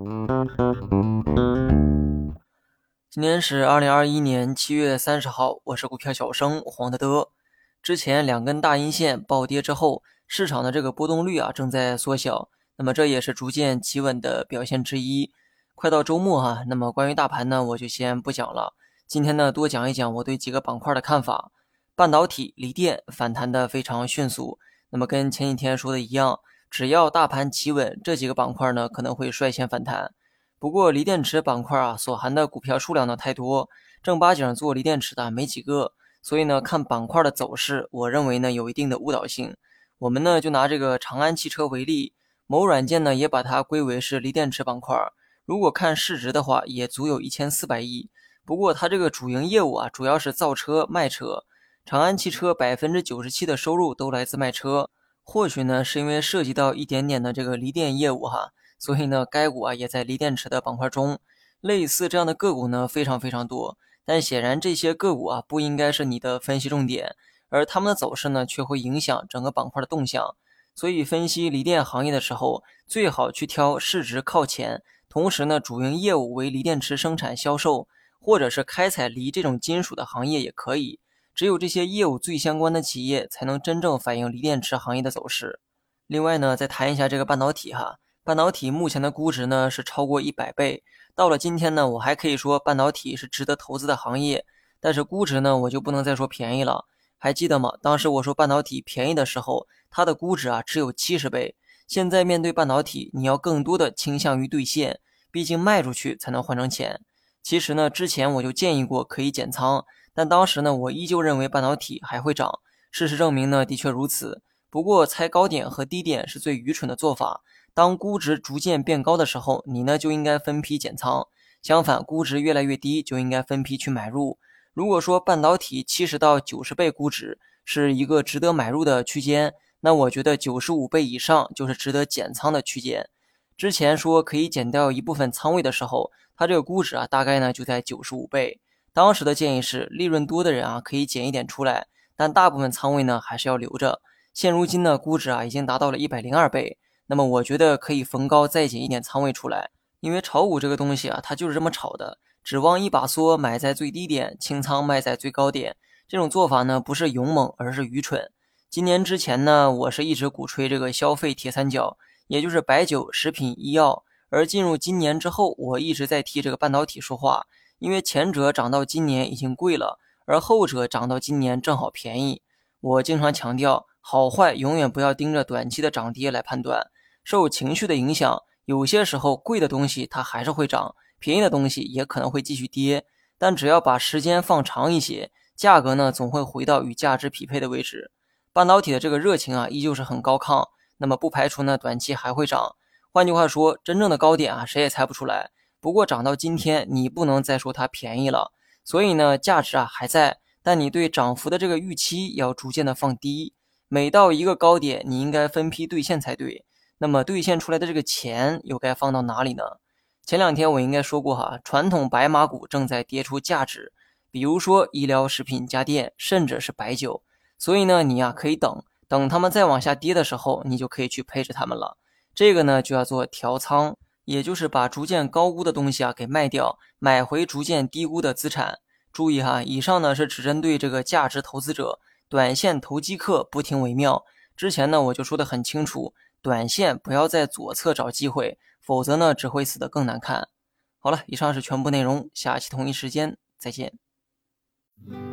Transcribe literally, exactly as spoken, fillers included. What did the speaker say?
今天是二零二一年七月三十号，我是股票小生黄德德。之前两根大阴线暴跌之后，市场的这个波动率啊正在缩小，那么这也是逐渐企稳的表现之一。快到周末哈，那么关于大盘呢，我就先不讲了。今天呢，多讲一讲我对几个板块的看法。半导体、锂电反弹的非常迅速，那么跟前几天说的一样，只要大盘企稳，这几个板块呢可能会率先反弹。不过锂电池板块啊所含的股票数量呢太多，正八经做锂电池的没几个，所以呢看板块的走势，我认为呢有一定的误导性。我们呢就拿这个长安汽车为例，某软件呢也把它归为是锂电池板块，如果看市值的话，也足有一千四百亿。不过它这个主营业务啊主要是造车卖车，长安汽车 百分之九十七 的收入都来自卖车，或许呢是因为涉及到一点点的这个锂电业务哈。所以呢，该股啊也在锂电池的板块中，类似这样的个股呢非常非常多。但显然这些个股啊不应该是你的分析重点，而它们的走势呢却会影响整个板块的动向。所以分析锂电行业的时候，最好去挑市值靠前，同时呢主营业务为锂电池生产销售，或者是开采锂这种金属的行业也可以。只有这些业务最相关的企业，才能真正反映锂电池行业的走势。另外呢，再谈一下这个半导体哈。半导体目前的估值呢是超过一百倍，到了今天呢，我还可以说半导体是值得投资的行业，但是估值呢我就不能再说便宜了。还记得吗？当时我说半导体便宜的时候，它的估值啊只有七十倍。现在面对半导体，你要更多的倾向于兑现，毕竟卖出去才能换成钱。其实呢，之前我就建议过可以减仓，但当时呢，我依旧认为半导体还会涨。事实证明呢，的确如此。不过猜高点和低点是最愚蠢的做法。当估值逐渐变高的时候，你呢就应该分批减仓，相反估值越来越低就应该分批去买入。如果说半导体七十到九十倍估值是一个值得买入的区间，那我觉得九十五倍以上就是值得减仓的区间。之前说可以减掉一部分仓位的时候，它这个估值啊大概呢就在九十五倍。当时的建议是利润多的人啊可以减一点出来，但大部分仓位呢还是要留着。现如今呢估值啊已经达到了一百零二倍。那么我觉得可以逢高再减一点仓位出来，因为炒股这个东西啊，它就是这么炒的，指望一把梭买在最低点，清仓卖在最高点，这种做法呢不是勇猛，而是愚蠢。今年之前呢，我是一直鼓吹这个消费铁三角，也就是白酒、食品、医药，而进入今年之后，我一直在替这个半导体说话，因为前者涨到今年已经贵了，而后者涨到今年正好便宜。我经常强调，好坏永远不要盯着短期的涨跌来判断。受情绪的影响，有些时候贵的东西它还是会涨，便宜的东西也可能会继续跌，但只要把时间放长一些，价格呢总会回到与价值匹配的位置。半导体的这个热情啊依旧是很高亢，那么不排除呢短期还会涨。换句话说，真正的高点啊谁也猜不出来，不过涨到今天你不能再说它便宜了，所以呢价值啊还在，但你对涨幅的这个预期要逐渐的放低。每到一个高点你应该分批兑现才对，那么兑现出来的这个钱又该放到哪里呢？前两天我应该说过哈，传统白马股正在跌出价值，比如说医疗、食品、家电，甚至是白酒。所以呢，你呀、啊、可以等，等他们再往下跌的时候，你就可以去配置他们了。这个呢就要做调仓，也就是把逐渐高估的东西啊给卖掉，买回逐渐低估的资产。注意哈，以上呢是只针对这个价值投资者，短线投机客不听为妙。之前呢我就说得很清楚。短线不要在左侧找机会，否则呢只会死得更难看。好了，以上是全部内容，下期同一时间再见。